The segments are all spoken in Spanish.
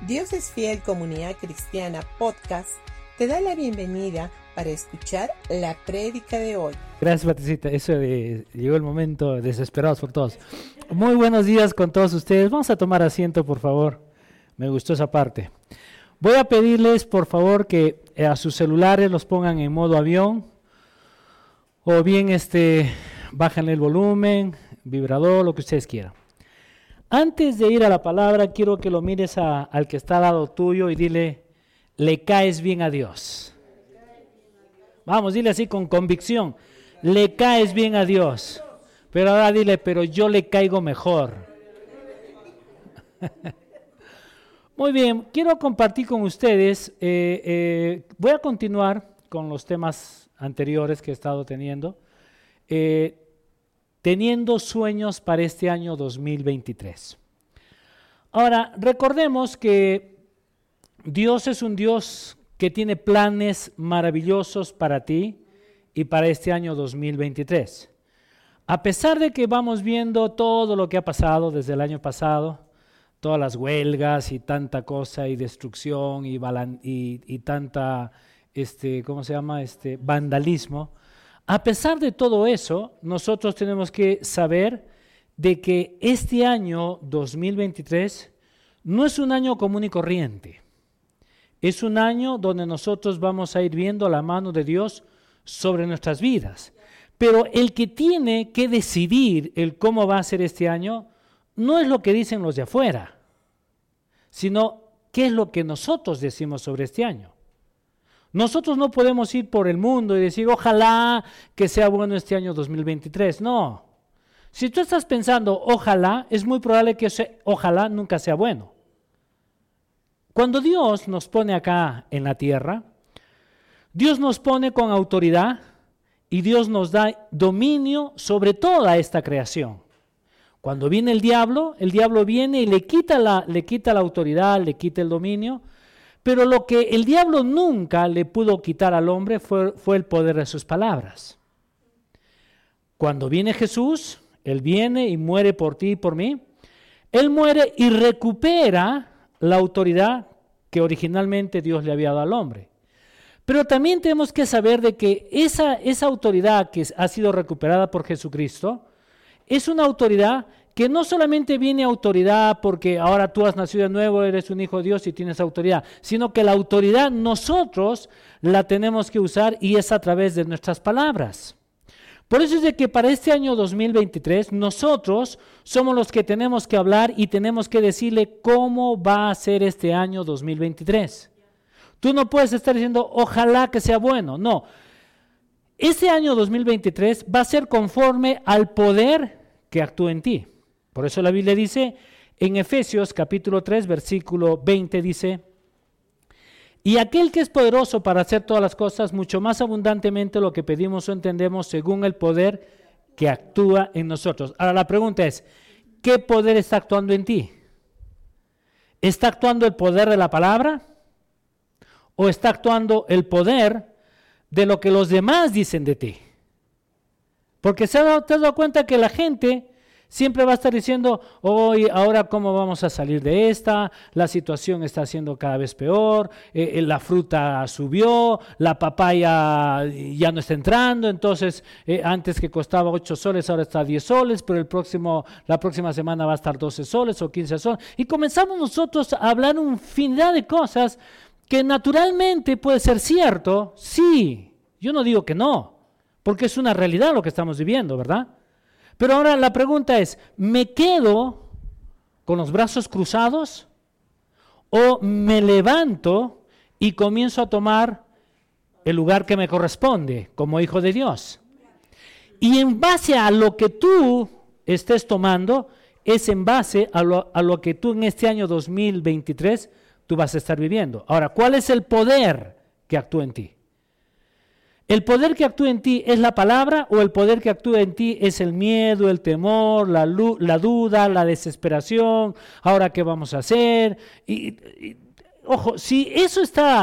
Dios es Fiel Comunidad Cristiana Podcast te da la bienvenida para escuchar la prédica de hoy. Gracias, Patricita. Llegó el momento, desesperados por todos. Muy buenos días con todos ustedes. Vamos a tomar asiento, por favor. Me gustó esa parte. Voy a pedirles, por favor, que a sus celulares los pongan en modo avión o bien bajen el volumen, vibrador, lo que ustedes quieran. Antes de ir a la palabra, quiero que lo mires al que está al lado tuyo y dile, le caes bien a Dios. Vamos, dile así con convicción, le caes bien a Dios. Pero ahora dile, pero yo le caigo mejor. Muy bien, quiero compartir con ustedes, voy a continuar con los temas anteriores que he estado teniendo. Teniendo sueños para este año 2023. Ahora, recordemos que Dios es un Dios que tiene planes maravillosos para ti y para este año 2023. A pesar de que vamos viendo todo lo que ha pasado desde el año pasado, todas las huelgas y tanta cosa y destrucción y tanta, vandalismo. A pesar de todo eso, nosotros tenemos que saber de que este año 2023 no es un año común y corriente. Es un año donde nosotros vamos a ir viendo la mano de Dios sobre nuestras vidas. Pero el que tiene que decidir el cómo va a ser este año no es lo que dicen los de afuera, sino qué es lo que nosotros decimos sobre este año. Nosotros no podemos ir por el mundo y decir, ojalá que sea bueno este año 2023. No. Si tú estás pensando, ojalá, es muy probable que ese ojalá nunca sea bueno. Cuando Dios nos pone acá en la tierra, Dios nos pone con autoridad y Dios nos da dominio sobre toda esta creación. Cuando viene el diablo viene y le quita la autoridad, le quita el dominio. Pero lo que el diablo nunca le pudo quitar al hombre fue el poder de sus palabras. Cuando viene Jesús, Él viene y muere por ti y por mí. Él muere y recupera la autoridad que originalmente Dios le había dado al hombre. Pero también tenemos que saber de que esa autoridad que ha sido recuperada por Jesucristo es una autoridad que no solamente viene autoridad porque ahora tú has nacido de nuevo, eres un hijo de Dios y tienes autoridad, sino que la autoridad nosotros la tenemos que usar y es a través de nuestras palabras. Por eso es de que para este año 2023 nosotros somos los que tenemos que hablar y tenemos que decirle cómo va a ser este año 2023. Tú no puedes estar diciendo ojalá que sea bueno, no. Este año 2023 va a ser conforme al poder que actúa en ti. Por eso la Biblia dice, en Efesios capítulo 3, versículo 20 dice, y aquel que es poderoso para hacer todas las cosas, mucho más abundantemente lo que pedimos o entendemos según el poder que actúa en nosotros. Ahora la pregunta es, ¿qué poder está actuando en ti? ¿Está actuando el poder de la palabra? ¿O está actuando el poder de lo que los demás dicen de ti? Porque te has dado cuenta que la gente siempre va a estar diciendo, hoy, ahora cómo vamos a salir de esta, la situación está siendo cada vez peor, la fruta subió, la papaya ya no está entrando, entonces antes que costaba 8 soles, ahora está a 10 soles, pero la próxima semana va a estar 12 soles o 15 soles. Y comenzamos nosotros a hablar una infinidad de cosas que naturalmente puede ser cierto, sí, yo no digo que no, porque es una realidad lo que estamos viviendo, ¿verdad? Pero ahora la pregunta es, ¿me quedo con los brazos cruzados o me levanto y comienzo a tomar el lugar que me corresponde como hijo de Dios? Y en base a lo que tú estés tomando, es en base a lo que tú en este año 2023 tú vas a estar viviendo. Ahora, ¿cuál es el poder que actúa en ti? ¿El poder que actúa en ti es la palabra o el poder que actúa en ti es el miedo, el temor, la duda, la desesperación? ¿Ahora qué vamos a hacer? Ojo, si eso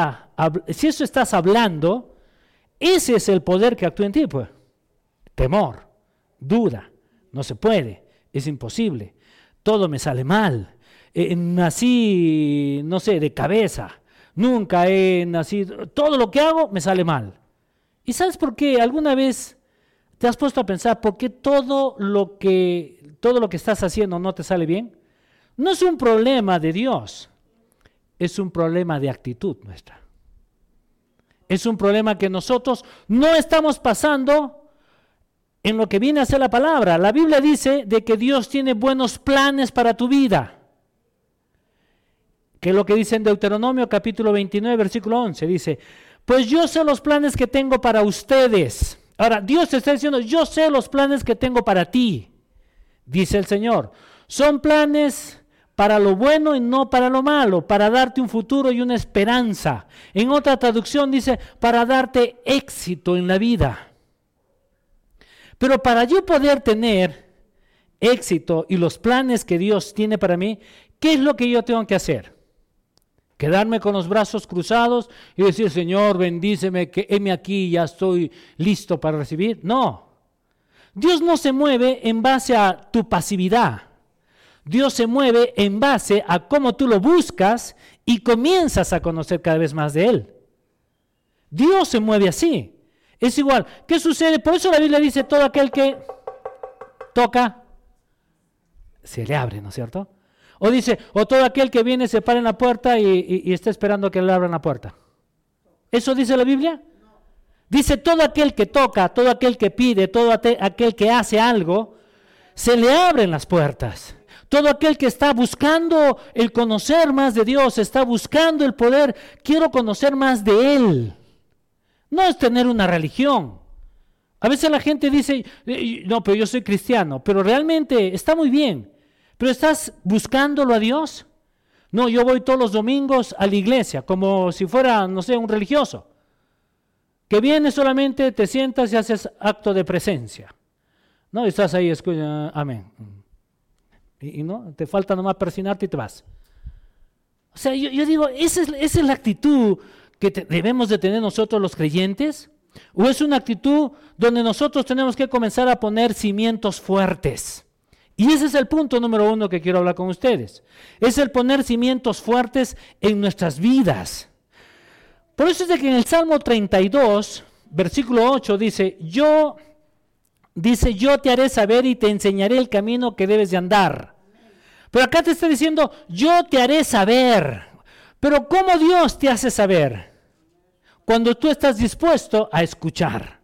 estás hablando, ese es el poder que actúa en ti, pues. Temor, duda, no se puede, es imposible, todo me sale mal. nací, no sé, de cabeza. Nunca he nacido, todo lo que hago me sale mal. ¿Y sabes por qué? ¿Alguna vez te has puesto a pensar por qué todo lo que estás haciendo no te sale bien? No es un problema de Dios, es un problema de actitud nuestra. Es un problema que nosotros no estamos pasando en lo que viene a ser la palabra. La Biblia dice de que Dios tiene buenos planes para tu vida. Que es lo que dice en Deuteronomio capítulo 29, versículo 11. Dice, pues yo sé los planes que tengo para ustedes. Ahora, Dios te está diciendo, yo sé los planes que tengo para ti, dice el Señor. Son planes para lo bueno y no para lo malo, para darte un futuro y una esperanza. En otra traducción dice, para darte éxito en la vida. Pero para yo poder tener éxito y los planes que Dios tiene para mí, ¿qué es lo que yo tengo que hacer? ¿Quedarme con los brazos cruzados y decir, Señor, bendíceme, que heme aquí, ya estoy listo para recibir? No. Dios no se mueve en base a tu pasividad. Dios se mueve en base a cómo tú lo buscas y comienzas a conocer cada vez más de Él. Dios se mueve así. Es igual. ¿Qué sucede? Por eso la Biblia dice, todo aquel que toca, se le abre, ¿no es cierto? O dice, o todo aquel que viene se para en la puerta y está esperando que le abran la puerta. ¿Eso dice la Biblia? Dice, todo aquel que toca, todo aquel que pide, todo aquel que hace algo, se le abren las puertas. Todo aquel que está buscando el conocer más de Dios, está buscando el poder, quiero conocer más de Él. No es tener una religión. A veces la gente dice, no, pero yo soy cristiano, pero realmente está muy bien. ¿Pero estás buscándolo a Dios? No, yo voy todos los domingos a la iglesia, como si fuera, no sé, un religioso. Que viene solamente, te sientas y haces acto de presencia. No, estás ahí, escucha, amén. Y no, te falta nomás persignarte y te vas. O sea, yo digo, ¿esa es la actitud que debemos de tener nosotros los creyentes? ¿O es una actitud donde nosotros tenemos que comenzar a poner cimientos fuertes? Y ese es el punto número 1 que quiero hablar con ustedes. Es el poner cimientos fuertes en nuestras vidas. Por eso es de que en el Salmo 32, versículo 8 dice, yo te haré saber y te enseñaré el camino que debes de andar. Pero acá te está diciendo, yo te haré saber. Pero ¿cómo Dios te hace saber? Cuando tú estás dispuesto a escuchar.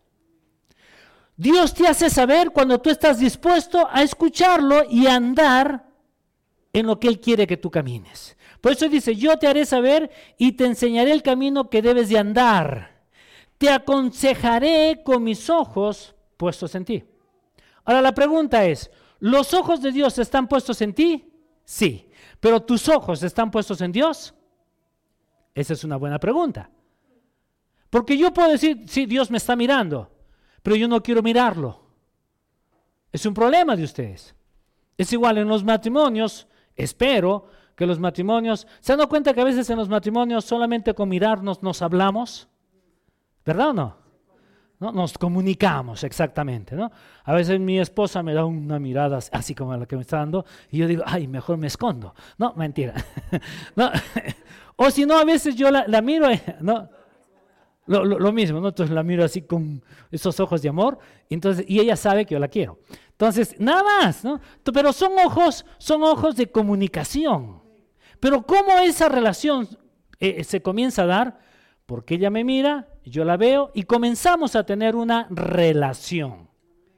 Dios te hace saber cuando tú estás dispuesto a escucharlo y a andar en lo que Él quiere que tú camines. Por eso dice, yo te haré saber y te enseñaré el camino que debes de andar. Te aconsejaré con mis ojos puestos en ti. Ahora la pregunta es, ¿los ojos de Dios están puestos en ti? Sí. ¿Pero tus ojos están puestos en Dios? Esa es una buena pregunta. Porque yo puedo decir, sí, Dios me está mirando, pero yo no quiero mirarlo. Es un problema de ustedes. Es igual en los matrimonios, espero que los matrimonios, ¿se han dado cuenta que a veces en los matrimonios solamente con mirarnos nos hablamos? ¿Verdad o no? ¿No? Nos comunicamos exactamente, ¿no? A veces mi esposa me da una mirada así como la que me está dando y yo digo, ay, mejor me escondo. No, mentira. No. O si no, a veces yo la miro, ¿no? Lo mismo, ¿no? Entonces la miro así con esos ojos de amor y ella sabe que yo la quiero. Entonces, nada más, ¿no? Pero son ojos de comunicación. Pero ¿cómo esa relación se comienza a dar? Porque ella me mira, yo la veo y comenzamos a tener una relación.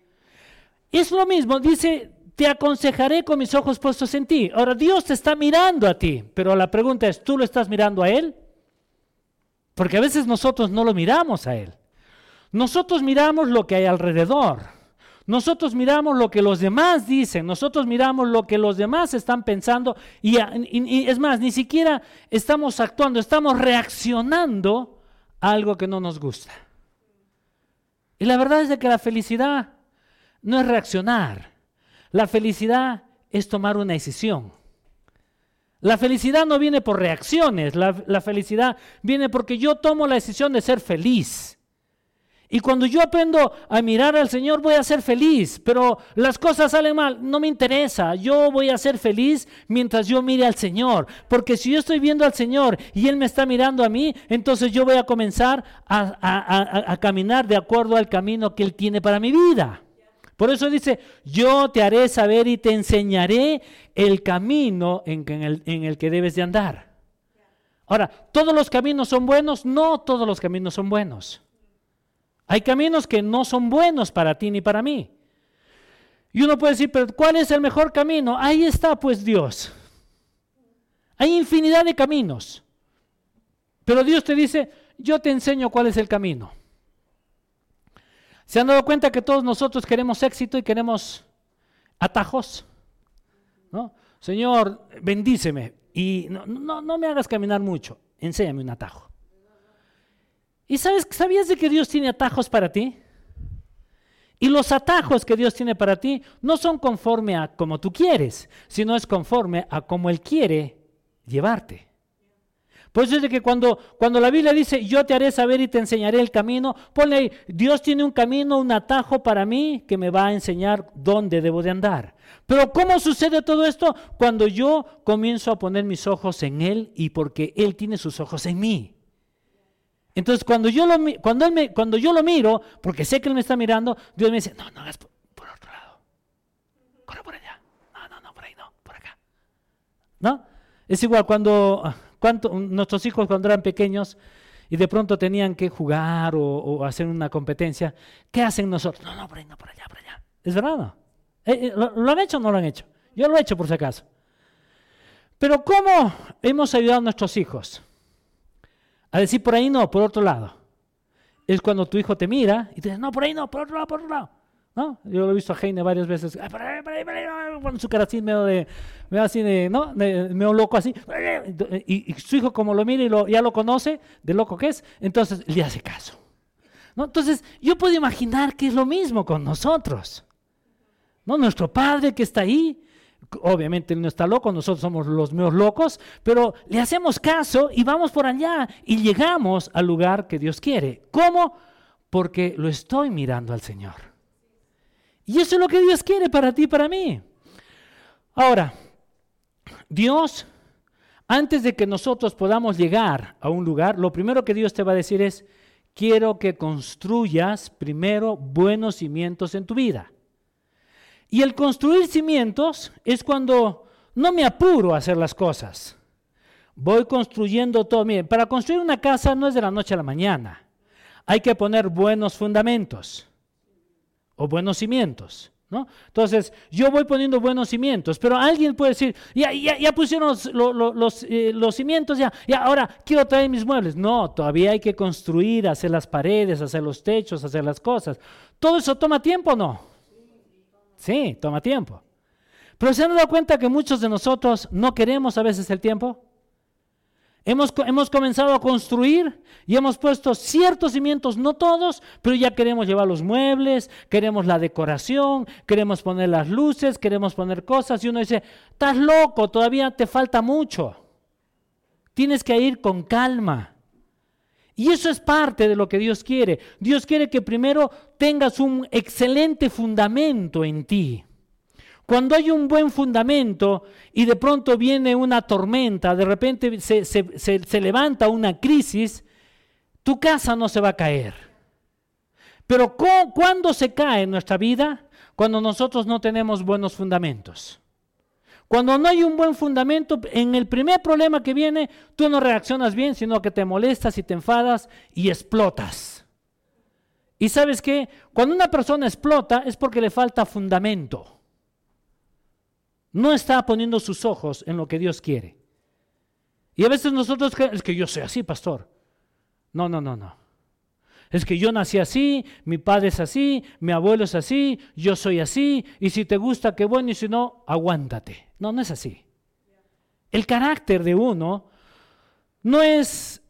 Es lo mismo, dice, te aconsejaré con mis ojos puestos en ti. Ahora, Dios te está mirando a ti, pero la pregunta es, ¿tú lo estás mirando a Él? Porque a veces nosotros no lo miramos a Él. Nosotros miramos lo que hay alrededor. Nosotros miramos lo que los demás dicen. Nosotros miramos lo que los demás están pensando. Y es más, ni siquiera estamos actuando, estamos reaccionando a algo que no nos gusta. Y la verdad es de que la felicidad no es reaccionar. La felicidad es tomar una decisión. La felicidad no viene por reacciones, la felicidad viene porque yo tomo la decisión de ser feliz. Y cuando yo aprendo a mirar al Señor, voy a ser feliz, pero las cosas salen mal, no me interesa. Yo voy a ser feliz mientras yo mire al Señor, porque si yo estoy viendo al Señor y Él me está mirando a mí, entonces yo voy a comenzar a caminar de acuerdo al camino que Él tiene para mi vida. Por eso dice, yo te haré saber y te enseñaré el camino en el que debes de andar. Ahora, ¿todos los caminos son buenos? No, todos los caminos son buenos. Hay caminos que no son buenos para ti ni para mí. Y uno puede decir, pero ¿cuál es el mejor camino? Ahí está pues Dios. Hay infinidad de caminos. Pero Dios te dice, yo te enseño cuál es el camino. ¿Se han dado cuenta que todos nosotros queremos éxito y queremos atajos? ¿No? Señor, bendíceme y no me hagas caminar mucho, enséñame un atajo. ¿Y sabías de que Dios tiene atajos para ti? Y los atajos que Dios tiene para ti no son conforme a como tú quieres, sino es conforme a como Él quiere llevarte. Por eso es de que cuando la Biblia dice, yo te haré saber y te enseñaré el camino, ponle ahí, Dios tiene un camino, un atajo para mí que me va a enseñar dónde debo de andar. Pero ¿cómo sucede todo esto? Cuando yo comienzo a poner mis ojos en Él y porque Él tiene sus ojos en mí. Entonces cuando yo lo miro, porque sé que Él me está mirando, Dios me dice, no hagas por otro lado, corre por allá, no, por ahí no, por acá. ¿No? Es igual cuando nuestros hijos cuando eran pequeños y de pronto tenían que jugar o hacer una competencia, ¿qué hacen nosotros? No, por ahí no, por allá. ¿Es verdad o no? ¿Lo han hecho o no lo han hecho? Yo lo he hecho por si acaso. Pero ¿cómo hemos ayudado a nuestros hijos? A decir por ahí no, por otro lado. Es cuando tu hijo te mira y te dice, no, por ahí no, por otro lado. ¿No? Yo lo he visto a Heine varias veces, por ahí, con su cara así medio loco así. Y su hijo como lo mira y ya lo conoce, de loco que es, entonces le hace caso. ¿No? Entonces yo puedo imaginar que es lo mismo con nosotros. ¿No? Nuestro Padre que está ahí, obviamente Él no está loco, nosotros somos los menos locos, pero le hacemos caso y vamos por allá y llegamos al lugar que Dios quiere. ¿Cómo? Porque lo estoy mirando al Señor. Y eso es lo que Dios quiere para ti y para mí. Ahora, Dios, antes de que nosotros podamos llegar a un lugar, lo primero que Dios te va a decir es, quiero que construyas primero buenos cimientos en tu vida. Y el construir cimientos es cuando no me apuro a hacer las cosas. Voy construyendo todo. Miren, para construir una casa no es de la noche a la mañana. Hay que poner buenos fundamentos o buenos cimientos, ¿no? Entonces, yo voy poniendo buenos cimientos, pero alguien puede decir, ya pusieron los cimientos, ya, ahora quiero traer mis muebles. No, todavía hay que construir, hacer las paredes, hacer los techos, hacer las cosas. ¿Todo eso toma tiempo o no? Sí, toma tiempo. Pero ¿se han dado cuenta que muchos de nosotros no queremos a veces el tiempo? Hemos comenzado a construir y hemos puesto ciertos cimientos, no todos, pero ya queremos llevar los muebles, queremos la decoración, queremos poner las luces, queremos poner cosas y uno dice, estás loco, todavía te falta mucho. Tienes que ir con calma. Y eso es parte de lo que Dios quiere. Dios quiere que primero tengas un excelente fundamento en ti. Cuando hay un buen fundamento y de pronto viene una tormenta, de repente se levanta una crisis, tu casa no se va a caer. Pero ¿cuándo se cae en nuestra vida? Cuando nosotros no tenemos buenos fundamentos. Cuando no hay un buen fundamento, en el primer problema que viene, tú no reaccionas bien, sino que te molestas y te enfadas y explotas. ¿Y sabes qué? Cuando una persona explota es porque le falta fundamento. No está poniendo sus ojos en lo que Dios quiere. Y a veces nosotros creemos, es que yo soy así, pastor. No. Es que yo nací así, mi padre es así, mi abuelo es así, yo soy así, y si te gusta, qué bueno, y si no, aguántate. No es así. El carácter de uno no es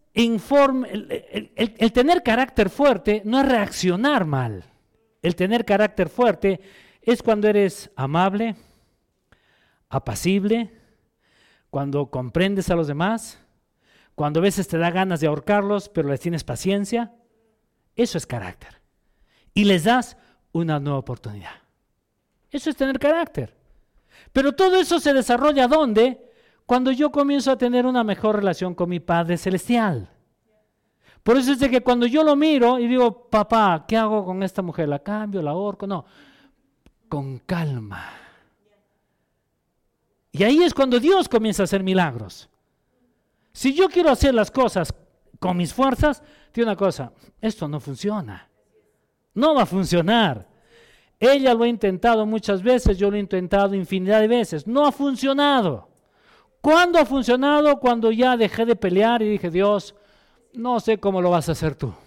el tener carácter fuerte no es reaccionar mal. El tener carácter fuerte es cuando eres amable, apacible, cuando comprendes a los demás, cuando a veces te da ganas de ahorcarlos, pero les tienes paciencia. Eso es carácter. y les das una nueva oportunidad. Eso es tener carácter. Pero todo eso se desarrolla ¿dónde? Cuando yo comienzo a tener una mejor relación con mi Padre Celestial. Por eso es de que cuando yo lo miro y digo, papá, ¿qué hago con esta mujer? ¿La cambio, la ahorco? No, con calma. Y ahí es cuando Dios comienza a hacer milagros. Si yo quiero hacer las cosas con mis fuerzas, tiene una cosa, esto no funciona. No va a funcionar. Ella lo ha intentado muchas veces, yo lo he intentado infinidad de veces. No ha funcionado. ¿Cuándo ha funcionado? Cuando ya dejé de pelear y dije, Dios, no sé cómo lo vas a hacer tú.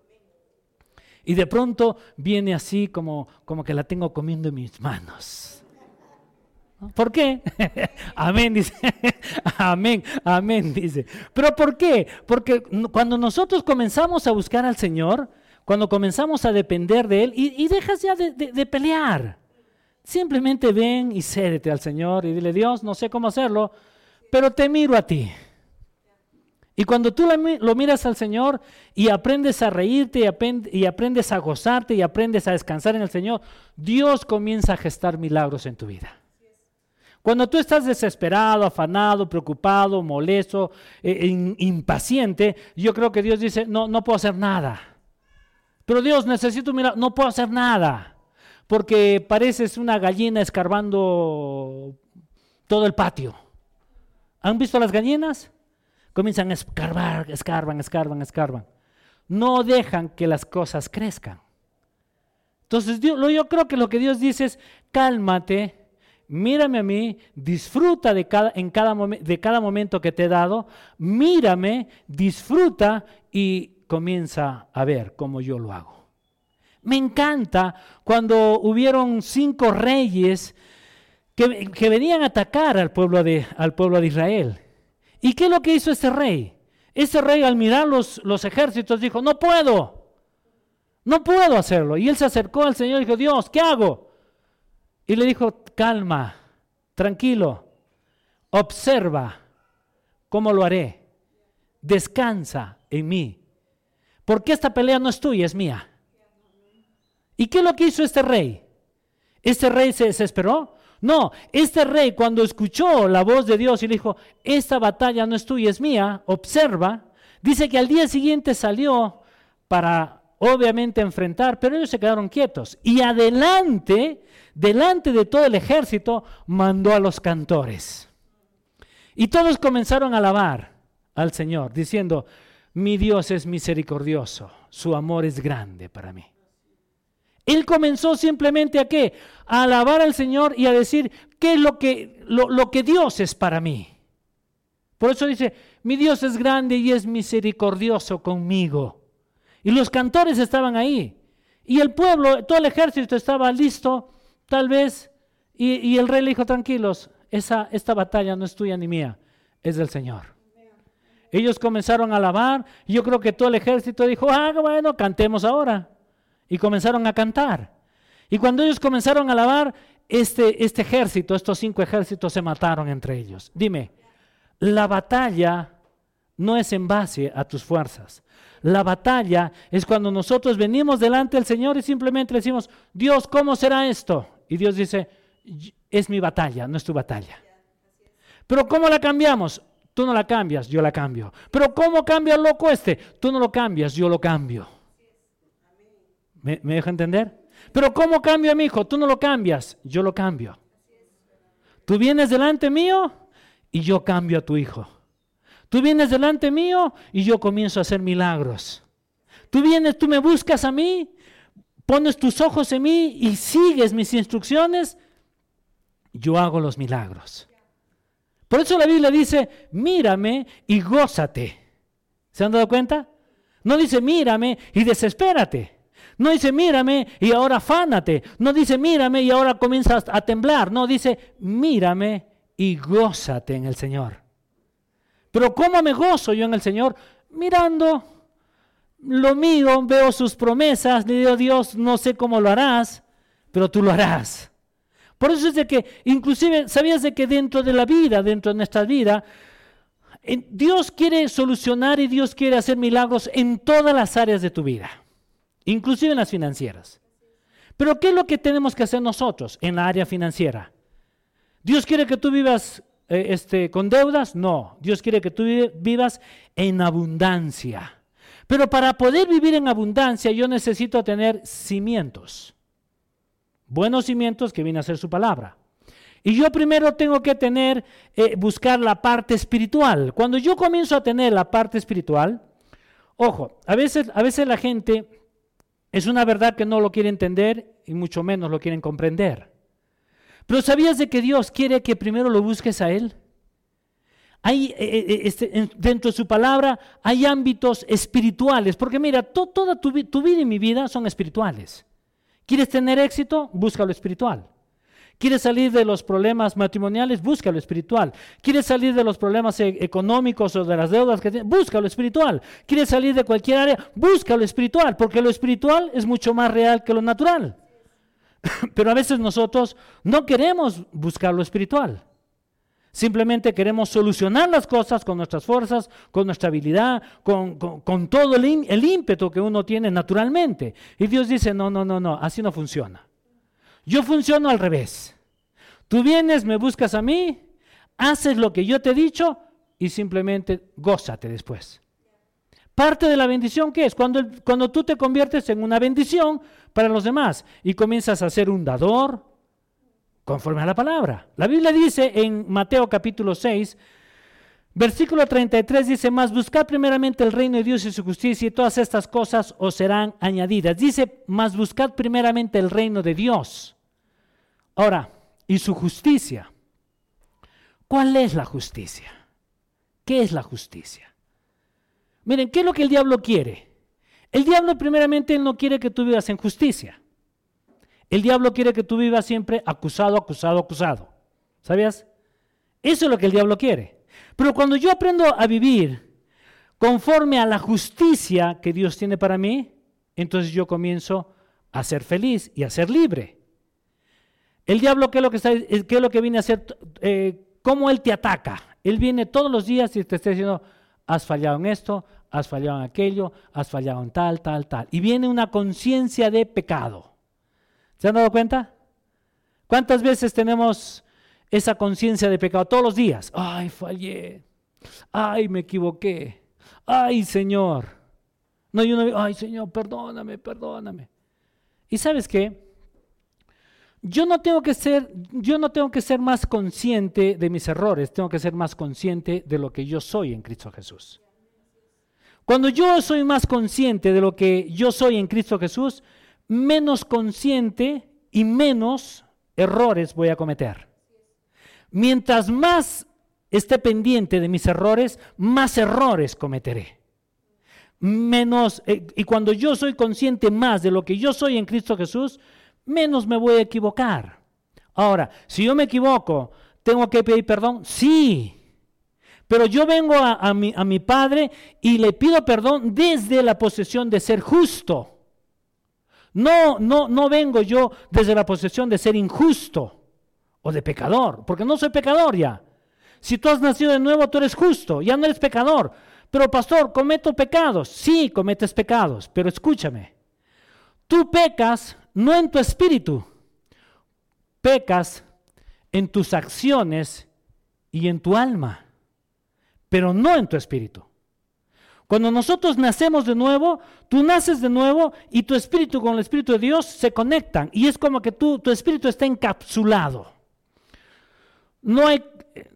Y de pronto viene así como que la tengo comiendo en mis manos. ¿Por qué? Amén, dice. Amén, dice. ¿Pero por qué? Porque cuando nosotros comenzamos a buscar al Señor, cuando comenzamos a depender de Él, y dejas ya de pelear. Simplemente ven y cédete al Señor y dile, Dios, no sé cómo hacerlo, pero te miro a ti. Y cuando tú lo miras al Señor y aprendes a reírte y aprendes a gozarte y aprendes a descansar en el Señor, Dios comienza a gestar milagros en tu vida. Cuando tú estás desesperado, afanado, preocupado, molesto, impaciente, yo creo que Dios dice, no puedo hacer nada. Pero Dios, necesito un milagro, no puedo hacer nada, porque pareces una gallina escarbando todo el patio. ¿Han visto las gallinas? Comienzan a escarbar, escarban. No dejan que las cosas crezcan. Entonces yo creo que lo que Dios dice es, cálmate, mírame a mí, disfruta de cada momento que te he dado, mírame, disfruta y comienza a ver cómo yo lo hago. Me encanta cuando hubieron 5 reyes que venían a atacar al pueblo de Israel. ¿Y qué es lo que hizo este rey? Este rey al mirar los ejércitos dijo, no puedo hacerlo. Y él se acercó al Señor y dijo, Dios, ¿qué hago? Y le dijo, calma, tranquilo, observa cómo lo haré, descansa en mí, porque esta pelea no es tuya, es mía. ¿Y qué es lo que hizo este rey? ¿Este rey se desesperó? No, este rey cuando escuchó la voz de Dios y le dijo, esta batalla no es tuya, es mía, observa, dice que al día siguiente salió para obviamente enfrentar, pero ellos se quedaron quietos. Y delante de todo el ejército, mandó a los cantores. Y todos comenzaron a alabar al Señor, diciendo, mi Dios es misericordioso, su amor es grande para mí. Él comenzó simplemente ¿a qué? A alabar al Señor y a decir qué es lo que Dios es para mí. Por eso dice, mi Dios es grande y es misericordioso conmigo. Y los cantores estaban ahí. Y el pueblo, todo el ejército estaba listo, tal vez. Y el rey le dijo, tranquilos, esta batalla no es tuya ni mía, es del Señor. Ellos comenzaron a alabar. Y yo creo que todo el ejército dijo, bueno, cantemos ahora. Y comenzaron a cantar. Y cuando ellos comenzaron a alabar, este ejército, estos 5 ejércitos se mataron entre ellos. Dime, la batalla no es en base a tus fuerzas. La batalla es cuando nosotros venimos delante del Señor y simplemente le decimos, Dios, ¿cómo será esto? Y Dios dice, es mi batalla, no es tu batalla. Pero ¿cómo la cambiamos? Tú no la cambias, yo la cambio. Pero ¿cómo cambia el loco este? Tú no lo cambias, yo lo cambio. ¿Me deja entender? Pero ¿cómo cambio a mi hijo? Tú no lo cambias, yo lo cambio. Tú vienes delante mío y yo cambio a tu hijo. Tú vienes delante mío y yo comienzo a hacer milagros. Tú me buscas a mí, pones tus ojos en mí y sigues mis instrucciones, yo hago los milagros. Por eso la Biblia dice, mírame y gózate. ¿Se han dado cuenta? No dice mírame y desespérate. No dice mírame y ahora afánate. No dice mírame y ahora comienzas a temblar. No, dice mírame y gózate en el Señor. Pero ¿cómo me gozo yo en el Señor? Mirando, lo miro, veo sus promesas, le digo, Dios, no sé cómo lo harás, pero tú lo harás. Por eso es de que, inclusive, ¿sabías de que dentro de la vida, dentro de nuestra vida, Dios quiere solucionar y Dios quiere hacer milagros en todas las áreas de tu vida, inclusive en las financieras? Pero ¿qué es lo que tenemos que hacer nosotros en la área financiera? ¿Dios quiere que tú vivas con deudas? No, Dios quiere que tú vivas en abundancia. Pero para poder vivir en abundancia yo necesito tener cimientos. Buenos cimientos que viene a ser su palabra. Y yo primero tengo que buscar la parte espiritual. Cuando yo comienzo a tener la parte espiritual, ojo, a veces la gente es una verdad que no lo quiere entender y mucho menos lo quieren comprender. Pero ¿sabías de que Dios quiere que primero lo busques a Él? Dentro de su palabra hay ámbitos espirituales, porque mira, toda tu vida y mi vida son espirituales. ¿Quieres tener éxito? Busca lo espiritual. ¿Quieres salir de los problemas matrimoniales? Busca lo espiritual. ¿Quieres salir de los problemas económicos o de las deudas que tienes? Busca lo espiritual. ¿Quieres salir de cualquier área? Busca lo espiritual, porque lo espiritual es mucho más real que lo natural. Pero a veces nosotros no queremos buscar lo espiritual. Simplemente queremos solucionar las cosas con nuestras fuerzas, con nuestra habilidad, con todo el ímpetu que uno tiene naturalmente. Y Dios dice, no, así no funciona. Yo funciono al revés. Tú vienes, me buscas a mí, haces lo que yo te he dicho y simplemente gózate después. Parte de la bendición, ¿qué es? Cuando tú te conviertes en una bendición para los demás y comienzas a ser un dador conforme a la palabra. La Biblia dice en Mateo capítulo 6, versículo 33, dice, mas buscad primeramente el reino de Dios y su justicia y todas estas cosas os serán añadidas. Dice, mas buscad primeramente el reino de Dios. Ahora, y su justicia. ¿Cuál es la justicia? ¿Qué es la justicia? Miren, ¿qué es lo que el diablo quiere? El diablo primeramente él no quiere que tú vivas en justicia. El diablo quiere que tú vivas siempre acusado. ¿Sabías? Eso es lo que el diablo quiere. Pero cuando yo aprendo a vivir conforme a la justicia que Dios tiene para mí, entonces yo comienzo a ser feliz y a ser libre. El diablo, ¿qué es lo que viene a hacer? ¿Cómo él te ataca? Él viene todos los días y te está diciendo, has fallado en esto, has fallado en aquello, has fallado en tal. Y viene una conciencia de pecado. ¿Se han dado cuenta? ¿Cuántas veces tenemos esa conciencia de pecado? Todos los días. Ay, fallé. Ay, me equivoqué. Ay, Señor. Ay, Señor, perdóname. ¿Y sabes qué? Yo no tengo que ser más consciente de mis errores, tengo que ser más consciente de lo que yo soy en Cristo Jesús. Cuando yo soy más consciente de lo que yo soy en Cristo Jesús, menos consciente y menos errores voy a cometer. Mientras más esté pendiente de mis errores, más errores cometeré. Y cuando yo soy consciente más de lo que yo soy en Cristo Jesús, menos me voy a equivocar. Ahora, si yo me equivoco, ¿tengo que pedir perdón? Sí. Pero yo vengo a mi Padre y le pido perdón desde la posesión de ser justo. No vengo yo desde la posesión de ser injusto o de pecador, porque no soy pecador ya. Si tú has nacido de nuevo, tú eres justo, ya no eres pecador. Pero pastor, ¿cometo pecados? Sí, cometes pecados, pero escúchame. Tú pecas no en tu espíritu, pecas en tus acciones y en tu alma, pero no en tu espíritu. Cuando nosotros nacemos de nuevo, tú naces de nuevo y tu espíritu con el espíritu de Dios se conectan y es como que tu espíritu está encapsulado. No hay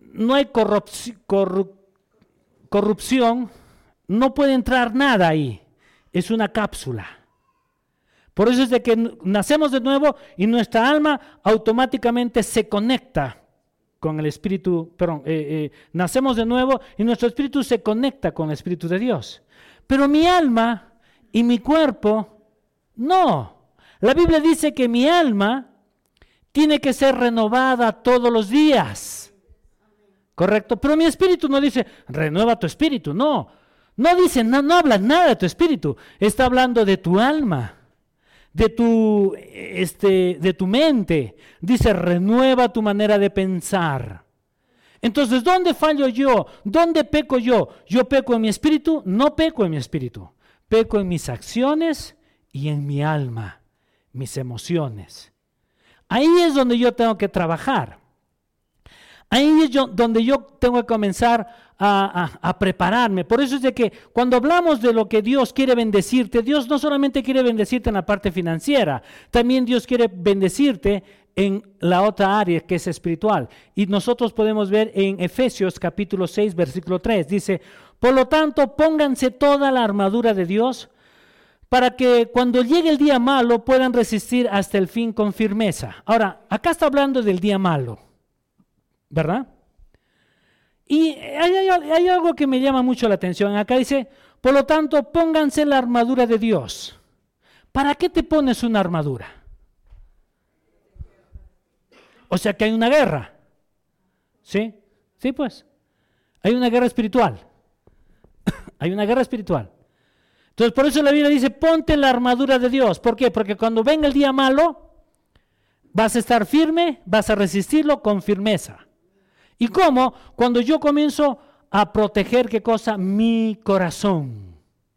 corrupción, no puede entrar nada ahí, es una cápsula. Por eso es de que nacemos de nuevo y nuestra alma automáticamente se conecta con el espíritu, nacemos de nuevo y nuestro espíritu se conecta con el espíritu de Dios. Pero mi alma y mi cuerpo, no. La Biblia dice que mi alma tiene que ser renovada todos los días. ¿Correcto? Pero mi espíritu no dice, renueva tu espíritu, no. No dice, no habla nada de tu espíritu, está hablando de tu alma. De tu mente, dice renueva tu manera de pensar. Entonces, ¿dónde fallo yo? ¿Dónde peco yo? ¿Yo peco en mi espíritu? No peco en mi espíritu, peco en mis acciones y en mi alma. mis emociones. Ahí es donde yo tengo que trabajar. Ahí es donde yo tengo que comenzar a prepararme. Por eso es de que cuando hablamos de lo que Dios quiere bendecirte, Dios no solamente quiere bendecirte en la parte financiera, también Dios quiere bendecirte en la otra área que es espiritual. Y nosotros podemos ver en Efesios capítulo 6, versículo 3, dice: por lo tanto, pónganse toda la armadura de Dios para que cuando llegue el día malo puedan resistir hasta el fin con firmeza. Ahora, acá está hablando del día malo, ¿verdad? Y hay algo que me llama mucho la atención. Acá dice: por lo tanto, pónganse la armadura de Dios. ¿Para qué te pones una armadura? O sea que hay una guerra. ¿Sí? Sí, pues. Hay una guerra espiritual. Hay una guerra espiritual. Entonces, por eso la Biblia dice: ponte la armadura de Dios. ¿Por qué? Porque cuando venga el día malo, vas a estar firme, vas a resistirlo con firmeza. ¿Y cómo? Cuando yo comienzo a proteger, ¿qué cosa? Mi corazón.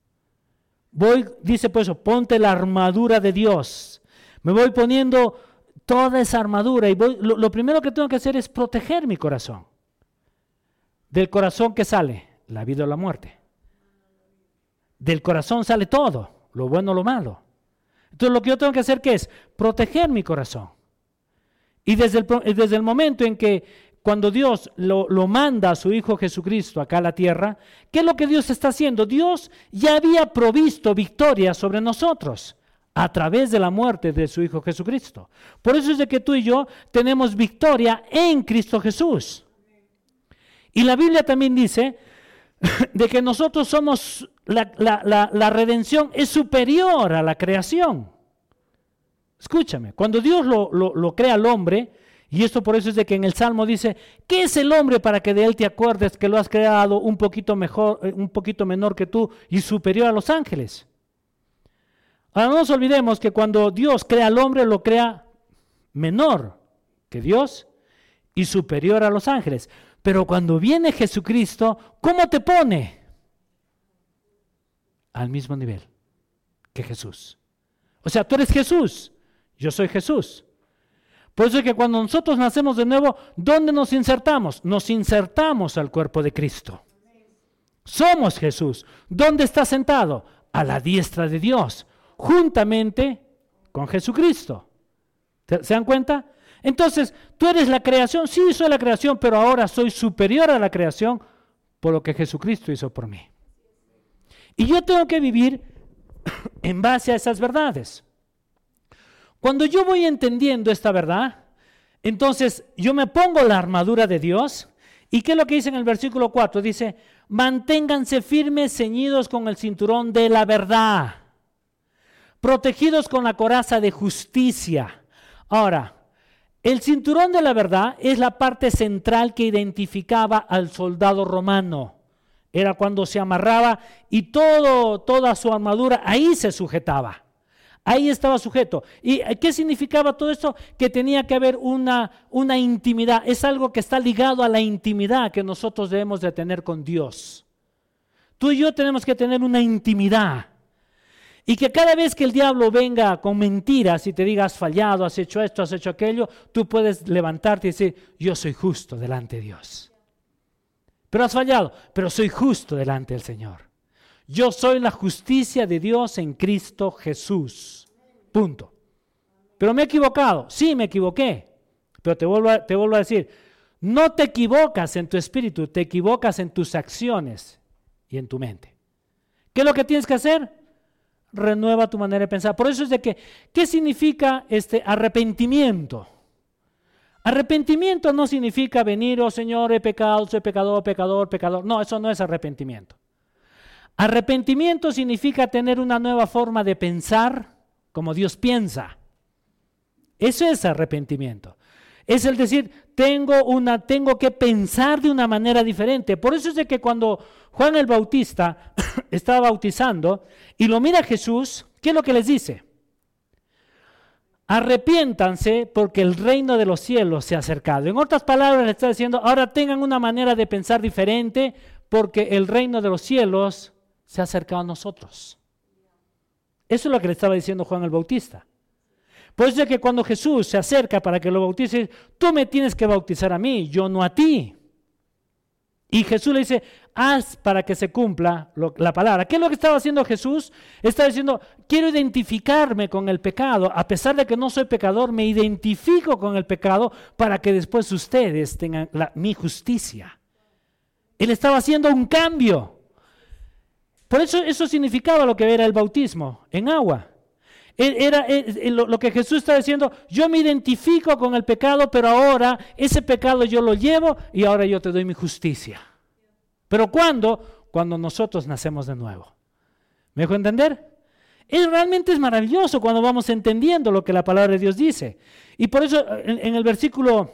Dice pues, ponte la armadura de Dios. Me voy poniendo toda esa armadura y lo primero que tengo que hacer es proteger mi corazón. Del corazón, ¿qué sale? La vida o la muerte. Del corazón sale todo, lo bueno o lo malo. Entonces lo que yo tengo que hacer, ¿qué es? Proteger mi corazón. Y desde el momento en que cuando Dios lo manda a su Hijo Jesucristo acá a la tierra, ¿qué es lo que Dios está haciendo? Dios ya había provisto victoria sobre nosotros a través de la muerte de su Hijo Jesucristo. Por eso es de que tú y yo tenemos victoria en Cristo Jesús. Y la Biblia también dice de que nosotros somos, la redención es superior a la creación. Escúchame, cuando Dios lo crea al hombre, y esto por eso es de que en el Salmo dice: ¿qué es el hombre para que de él te acuerdes, que lo has creado un poquito menor que tú y superior a los ángeles? Ahora no nos olvidemos que cuando Dios crea al hombre, lo crea menor que Dios y superior a los ángeles. Pero cuando viene Jesucristo, ¿cómo te pone? Al mismo nivel que Jesús. O sea, tú eres Jesús, yo soy Jesús. Por eso es que cuando nosotros nacemos de nuevo, ¿dónde nos insertamos? Nos insertamos al cuerpo de Cristo. Somos Jesús. ¿Dónde está sentado? A la diestra de Dios, juntamente con Jesucristo. ¿Se dan cuenta? Entonces, ¿tú eres la creación? Sí, soy la creación, pero ahora soy superior a la creación por lo que Jesucristo hizo por mí. Y yo tengo que vivir en base a esas verdades. Cuando yo voy entendiendo esta verdad, entonces yo me pongo la armadura de Dios. ¿Y qué es lo que dice en el versículo 4? Dice: manténganse firmes, ceñidos con el cinturón de la verdad, protegidos con la coraza de justicia. Ahora, el cinturón de la verdad es la parte central que identificaba al soldado romano. Era cuando se amarraba y toda su armadura ahí se sujetaba. Ahí estaba sujeto. ¿Y qué significaba todo esto? Que tenía que haber una intimidad. Es algo que está ligado a la intimidad que nosotros debemos de tener con Dios. Tú y yo tenemos que tener una intimidad. Y que cada vez que el diablo venga con mentiras y te diga: has fallado, has hecho esto, has hecho aquello, tú puedes levantarte y decir: yo soy justo delante de Dios. Pero has fallado, pero soy justo delante del Señor. Yo soy la justicia de Dios en Cristo Jesús. Punto. Pero me he equivocado. Sí, me equivoqué. Pero te vuelvo a decir, no te equivocas en tu espíritu, te equivocas en tus acciones y en tu mente. ¿Qué es lo que tienes que hacer? Renueva tu manera de pensar. Por eso es de que, ¿qué significa arrepentimiento? Arrepentimiento no significa venir: oh Señor, he pecado, soy pecador, pecador, pecador. No, eso no es arrepentimiento. Arrepentimiento significa tener una nueva forma de pensar como Dios piensa. Eso es arrepentimiento. Es el decir, tengo que pensar de una manera diferente. Por eso es de que cuando Juan el Bautista estaba bautizando y lo mira Jesús, ¿qué es lo que les dice? Arrepiéntanse porque el reino de los cielos se ha acercado. En otras palabras, le está diciendo: ahora tengan una manera de pensar diferente porque el reino de los cielos se ha acercado a nosotros. Eso es lo que le estaba diciendo Juan el Bautista. Por eso es que cuando Jesús se acerca para que lo bautice, tú me tienes que bautizar a mí, yo no a ti. Y Jesús le dice, haz para que se cumpla la palabra. ¿Qué es lo que estaba haciendo Jesús? Estaba diciendo, quiero identificarme con el pecado. A pesar de que no soy pecador, me identifico con el pecado para que después ustedes tengan mi justicia. Él estaba haciendo un cambio. Por eso significaba lo que era el bautismo en agua. Era lo que Jesús está diciendo, yo me identifico con el pecado, pero ahora ese pecado yo lo llevo y ahora yo te doy mi justicia. ¿Pero cuándo? Cuando nosotros nacemos de nuevo. ¿Me dejo entender? Realmente es maravilloso cuando vamos entendiendo lo que la palabra de Dios dice. Y por eso en el versículo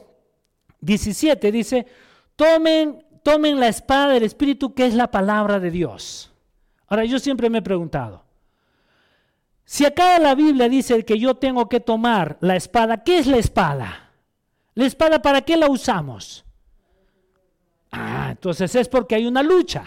17 dice, tomen la espada del Espíritu, que es la palabra de Dios. Ahora yo siempre me he preguntado, si acá la Biblia dice que yo tengo que tomar la espada, ¿qué es la espada? ¿La espada para qué la usamos? Entonces es porque hay una lucha,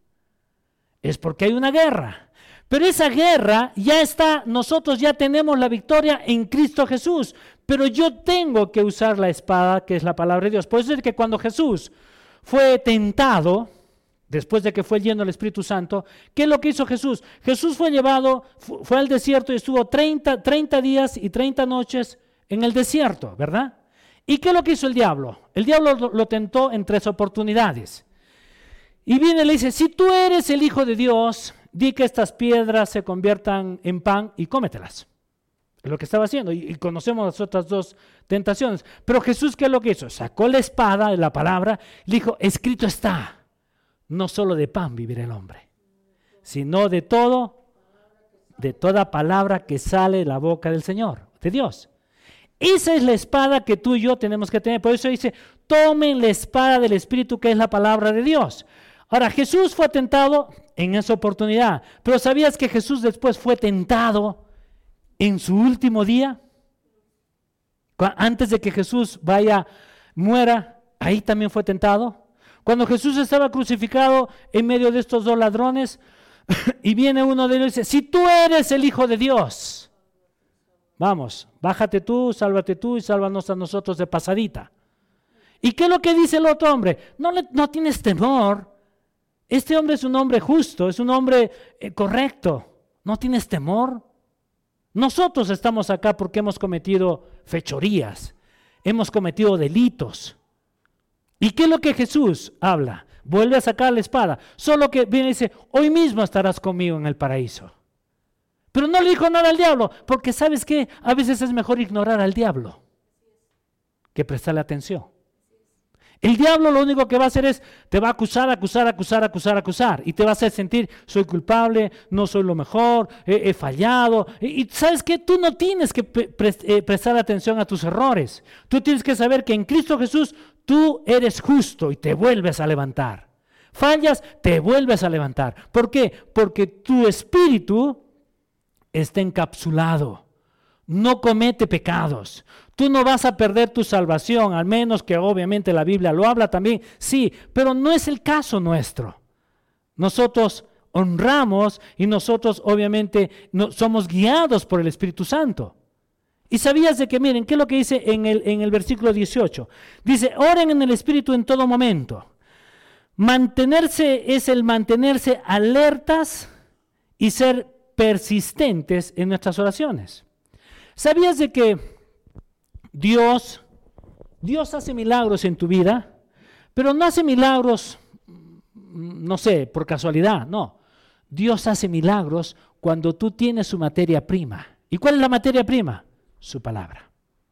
es porque hay una guerra. Pero esa guerra ya está, nosotros ya tenemos la victoria en Cristo Jesús, pero yo tengo que usar la espada que es la palabra de Dios. Por eso es que cuando Jesús fue tentado, después de que fue lleno del Espíritu Santo, ¿qué es lo que hizo Jesús? Jesús fue llevado, fue al desierto y estuvo 30 días y 30 noches en el desierto, ¿verdad? ¿Y qué es lo que hizo el diablo? El diablo lo tentó en 3 oportunidades. Y viene y le dice, si tú eres el Hijo de Dios, di que estas piedras se conviertan en pan y cómetelas. Es lo que estaba haciendo. Y conocemos las otras 2 tentaciones. Pero Jesús, ¿qué es lo que hizo? Sacó la espada de la palabra y le dijo, escrito está. No solo de pan vivirá el hombre, sino de toda palabra que sale de la boca del Señor, de Dios. Esa es la espada que tú y yo tenemos que tener. Por eso dice, tomen la espada del Espíritu, que es la palabra de Dios. Ahora, Jesús fue tentado en esa oportunidad, pero ¿sabías que Jesús después fue tentado en su último día? Antes de que Jesús muera, ahí también fue tentado. Cuando Jesús estaba crucificado en medio de estos 2 ladrones, y viene uno de ellos y dice, si tú eres el Hijo de Dios, vamos, bájate tú, sálvate tú y sálvanos a nosotros de pasadita. ¿Y qué es lo que dice el otro hombre? No tienes temor. Este hombre es un hombre justo, es un hombre correcto. ¿No tienes temor? Nosotros estamos acá porque hemos cometido fechorías, hemos cometido delitos. ¿Y qué es lo que Jesús habla? Vuelve a sacar la espada. Solo que viene y dice, hoy mismo estarás conmigo en el paraíso. Pero no le dijo nada al diablo, porque ¿sabes qué? A veces es mejor ignorar al diablo que prestarle atención. El diablo lo único que va a hacer es, te va a acusar, y te va a hacer sentir, soy culpable, no soy lo mejor, he fallado. Y ¿sabes qué? Tú no tienes que prestar atención a tus errores. Tú tienes que saber que en Cristo Jesús tú eres justo y te vuelves a levantar. Fallas, te vuelves a levantar. ¿Por qué? Porque tu espíritu está encapsulado, no comete pecados. Tú no vas a perder tu salvación, al menos que obviamente la Biblia lo habla también, sí, pero no es el caso nuestro. Nosotros honramos y nosotros obviamente somos guiados por el Espíritu Santo. Y sabías de que, miren, ¿qué es lo que dice en el versículo 18? Dice, oren en el Espíritu en todo momento. Mantenerse es el mantenerse alertas y ser persistentes en nuestras oraciones. ¿Sabías de que Dios hace milagros en tu vida, pero no hace milagros, no sé, por casualidad, no. Dios hace milagros cuando tú tienes su materia prima. ¿Y cuál es la materia prima? Su palabra.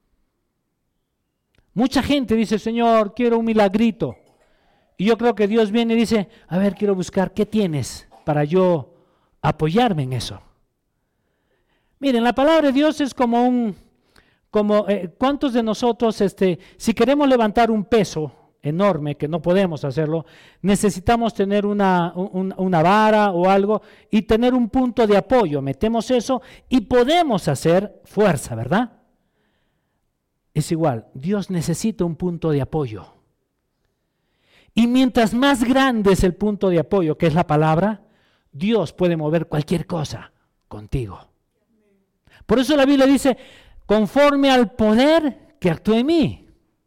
Mucha gente dice, Señor, quiero un milagrito. Y yo creo que Dios viene y dice, a ver, quiero buscar qué tienes para yo apoyarme en eso. Miren, la palabra de Dios es como ¿cuántos de nosotros, si queremos levantar un peso enorme, que no podemos hacerlo, necesitamos tener una vara o algo y tener un punto de apoyo? Metemos eso y podemos hacer fuerza, ¿verdad? Es igual, Dios necesita un punto de apoyo. Y mientras más grande es el punto de apoyo, que es la palabra, Dios puede mover cualquier cosa contigo. Por eso la Biblia dice, conforme al poder que actúa en mí.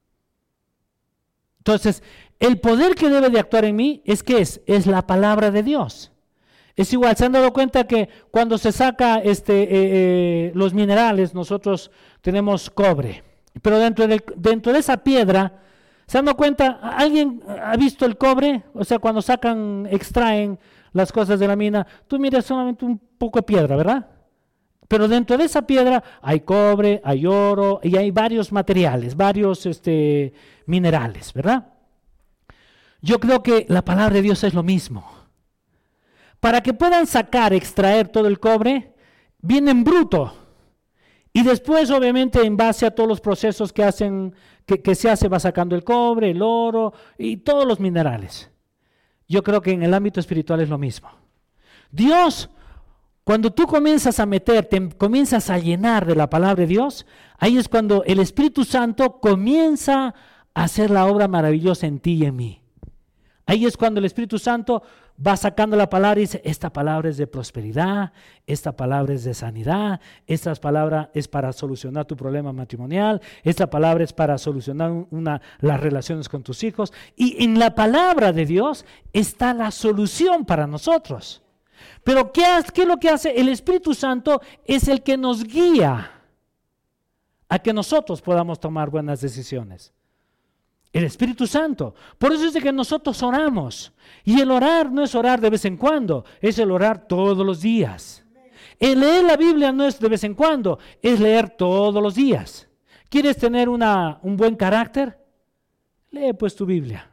Entonces, el poder que debe de actuar en mí es la palabra de Dios. Es igual, se han dado cuenta que cuando se saca los minerales, nosotros tenemos cobre, pero dentro de esa piedra, ¿se han dado cuenta? ¿Alguien ha visto el cobre? O sea, cuando extraen las cosas de la mina, tú miras solamente un poco de piedra, ¿verdad? Pero dentro de esa piedra hay cobre, hay oro y hay varios materiales, varios minerales, ¿verdad? Yo creo que la palabra de Dios es lo mismo. Para que puedan extraer todo el cobre, viene en bruto. Y después, obviamente, en base a todos los procesos que se hace, va sacando el cobre, el oro y todos los minerales. Yo creo que en el ámbito espiritual es lo mismo. Dios, cuando tú comienzas a meterte, comienzas a llenar de la palabra de Dios, ahí es cuando el Espíritu Santo comienza a hacer la obra maravillosa en ti y en mí. Ahí es cuando el Espíritu Santo va sacando la palabra y dice, esta palabra es de prosperidad, esta palabra es de sanidad, esta palabra es para solucionar tu problema matrimonial, esta palabra es para solucionar las relaciones con tus hijos. Y en la palabra de Dios está la solución para nosotros. Pero ¿qué es lo que hace? El Espíritu Santo es el que nos guía a que nosotros podamos tomar buenas decisiones. El Espíritu Santo. Por eso es de que nosotros oramos. Y el orar no es orar de vez en cuando, es el orar todos los días. El leer la Biblia no es de vez en cuando, es leer todos los días. ¿Quieres tener un buen carácter? Lee pues tu Biblia.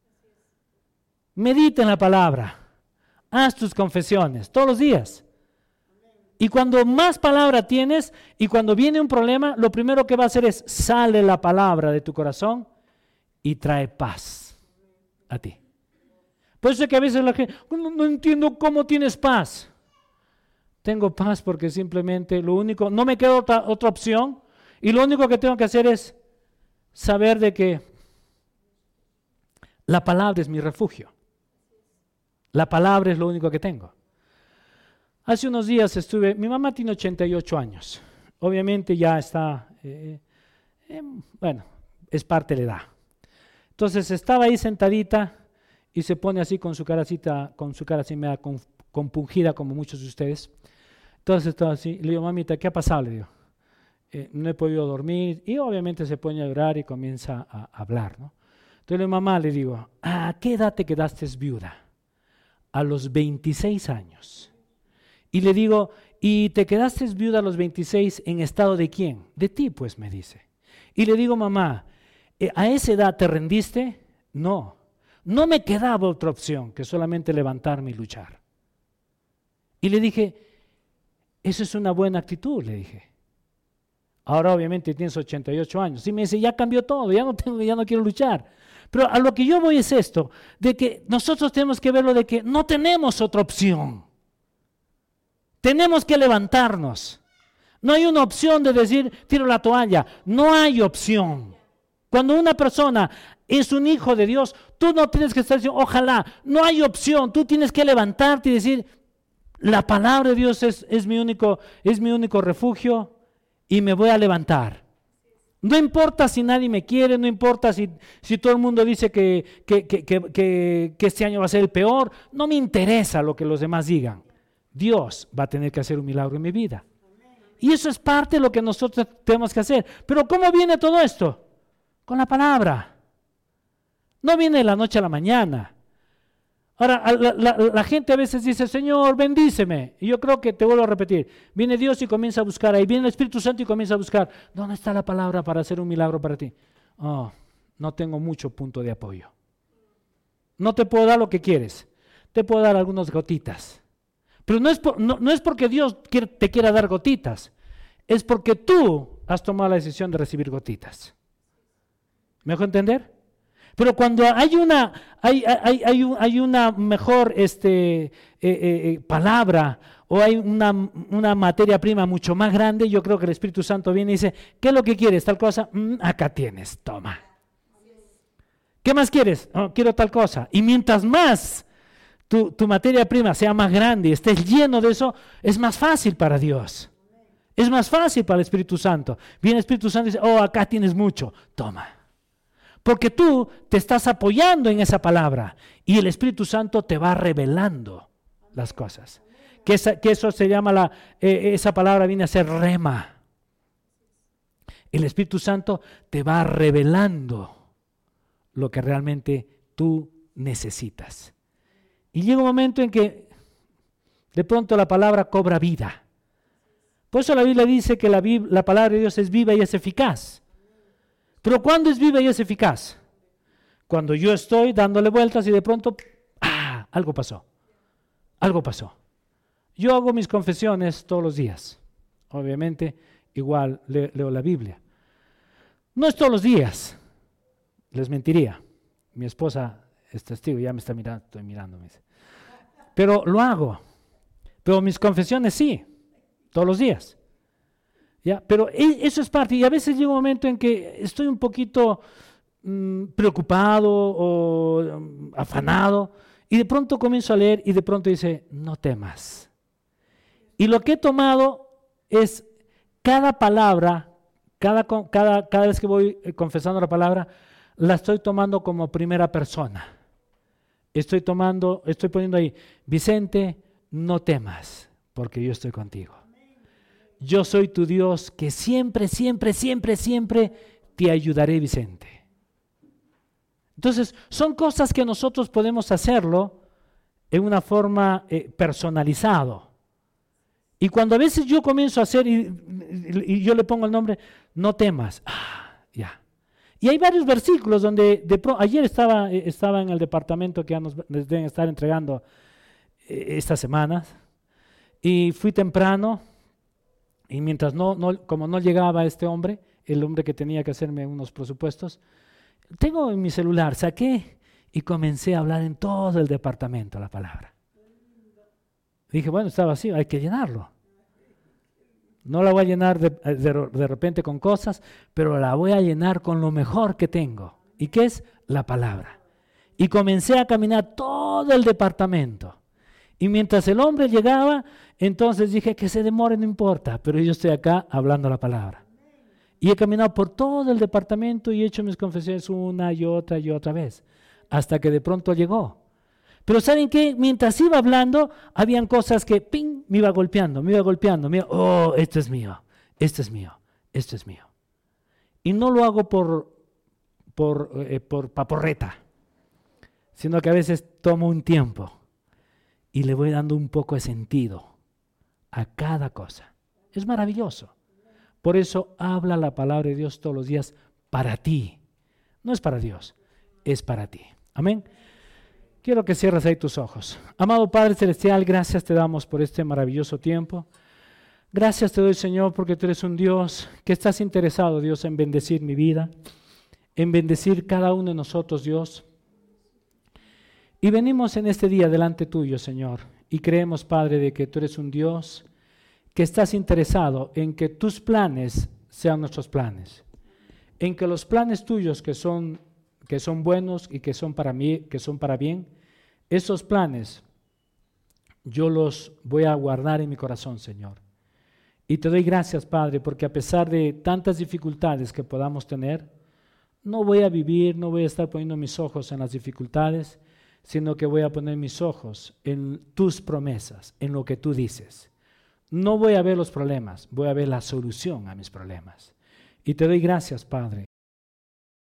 Medita en la palabra. Haz tus confesiones todos los días. Y cuando más palabra tienes y cuando viene un problema, lo primero que va a hacer es sale la palabra de tu corazón y trae paz a ti. Por eso es que a veces la gente, no entiendo cómo tienes paz. Tengo paz porque simplemente no me queda otra opción y lo único que tengo que hacer es saber de que la palabra es mi refugio. La palabra es lo único que tengo. Hace unos días mi mamá tiene 88 años. Obviamente ya está, es parte de la edad. Entonces estaba ahí sentadita y se pone así con su cara así media compungida como muchos de ustedes. Entonces estaba así, le digo, mamita, ¿qué ha pasado? Le digo, no he podido dormir y obviamente se pone a llorar y comienza a hablar, ¿no? Entonces le digo, mamá, le digo, ¿a qué edad te quedaste viuda? A los 26 años. Y le digo, ¿y te quedaste viuda a los 26 en estado de quién? De ti, pues, me dice. Y le digo, mamá, ¿a esa edad te rendiste? No me quedaba otra opción que solamente levantarme y luchar. Y le dije, eso es una buena actitud, le dije. Ahora obviamente tienes 88 años. Y me dice, ya cambió todo, ya no quiero luchar. Pero a lo que yo voy es esto, de que nosotros tenemos que verlo de que no tenemos otra opción. Tenemos que levantarnos. No hay una opción de decir, tiro la toalla. No hay opción. Cuando una persona es un hijo de Dios, tú no tienes que estar diciendo, ojalá, no hay opción, tú tienes que levantarte y decir, la palabra de Dios es mi único refugio y me voy a levantar. No importa si nadie me quiere, no importa si todo el mundo dice que este año va a ser el peor, no me interesa lo que los demás digan. Dios va a tener que hacer un milagro en mi vida. Y eso es parte de lo que nosotros tenemos que hacer. Pero ¿cómo viene todo esto? Con la palabra. No viene de la noche a la mañana. Ahora, la gente a veces dice, Señor, bendíceme. Y yo creo que, te vuelvo a repetir, viene Dios y comienza a buscar ahí, viene el Espíritu Santo y comienza a buscar, ¿dónde está la palabra para hacer un milagro para ti? Oh, no tengo mucho punto de apoyo. No te puedo dar lo que quieres, te puedo dar algunas gotitas. Pero no es porque Dios te quiera dar gotitas, es porque tú has tomado la decisión de recibir gotitas. ¿Me dejo entender? Pero cuando hay una mejor palabra o hay una materia prima mucho más grande, yo creo que el Espíritu Santo viene y dice, ¿qué es lo que quieres? Tal cosa, acá tienes, toma. ¿Qué más quieres? Oh, quiero tal cosa. Y mientras más tu materia prima sea más grande y estés lleno de eso, es más fácil para Dios. Es más fácil para el Espíritu Santo. Viene el Espíritu Santo y dice, oh, acá tienes mucho, toma. Porque tú te estás apoyando en esa palabra y el Espíritu Santo te va revelando las cosas. Que eso se llama, esa palabra viene a ser rema. El Espíritu Santo te va revelando lo que realmente tú necesitas. Y llega un momento en que de pronto la palabra cobra vida. Por eso la Biblia dice que la palabra de Dios es viva y es eficaz. Pero ¿cuándo es viva y es eficaz? Cuando yo estoy dándole vueltas y de pronto, algo pasó. Algo pasó. Yo hago mis confesiones todos los días. Obviamente, igual leo la Biblia. No es todos los días. Les mentiría. Mi esposa es testigo, ya me está mirando, estoy mirando. Pero lo hago. Pero mis confesiones sí, todos los días. ¿Ya? Pero eso es parte. Y a veces llega un momento en que estoy un poquito preocupado o afanado. Y de pronto comienzo a leer y de pronto dice, no temas. Y lo que he tomado es cada palabra, cada vez que voy confesando la palabra, la estoy tomando como primera persona. Estoy poniendo ahí, Vicente, no temas, porque yo estoy contigo. Yo soy tu Dios que siempre, siempre, siempre, siempre te ayudaré, Vicente. Entonces, son cosas que nosotros podemos hacerlo en una forma personalizado. Y cuando a veces yo comienzo a hacer y yo le pongo el nombre, no temas, ya. Y hay varios versículos donde, ayer estaba en el departamento que ya nos deben estar entregando estas semanas, y fui temprano, y mientras como no llegaba este hombre, el hombre que tenía que hacerme unos presupuestos, tengo en mi celular, saqué y comencé a hablar en todo el departamento la palabra. Dije, bueno, está vacío, hay que llenarlo. No la voy a llenar de repente con cosas, pero la voy a llenar con lo mejor que tengo. ¿Y qué es? La palabra. Y comencé a caminar todo el departamento. Y mientras el hombre llegaba, entonces dije que se demore, no importa, pero yo estoy acá hablando la palabra. Y he caminado por todo el departamento y he hecho mis confesiones una y otra vez, hasta que de pronto llegó. Pero ¿saben qué? Mientras iba hablando, habían cosas que ¡ping! Me iba golpeando. Oh, esto es mío, esto es mío, esto es mío. Y no lo hago por paporreta, sino que a veces tomo un tiempo y le voy dando un poco de sentido a cada cosa. Es maravilloso. Por eso habla la palabra de Dios todos los días para ti. No es para Dios, es para ti. Amén. Quiero que cierres ahí tus ojos. Amado Padre Celestial, gracias te damos por este maravilloso tiempo. Gracias te doy, Señor, porque tú eres un Dios que estás interesado, Dios, en bendecir mi vida, en bendecir cada uno de nosotros, Dios. Y venimos en este día delante tuyo, Señor, y creemos, Padre, de que tú eres un Dios que estás interesado en que tus planes sean nuestros planes, en que los planes tuyos que son buenos y que son para mí, que son para bien, esos planes yo los voy a guardar en mi corazón, Señor. Y te doy gracias, Padre, porque a pesar de tantas dificultades que podamos tener, no voy a estar poniendo mis ojos en las dificultades, sino que voy a poner mis ojos en tus promesas, en lo que tú dices. No voy a ver los problemas, voy a ver la solución a mis problemas. Y te doy gracias, Padre,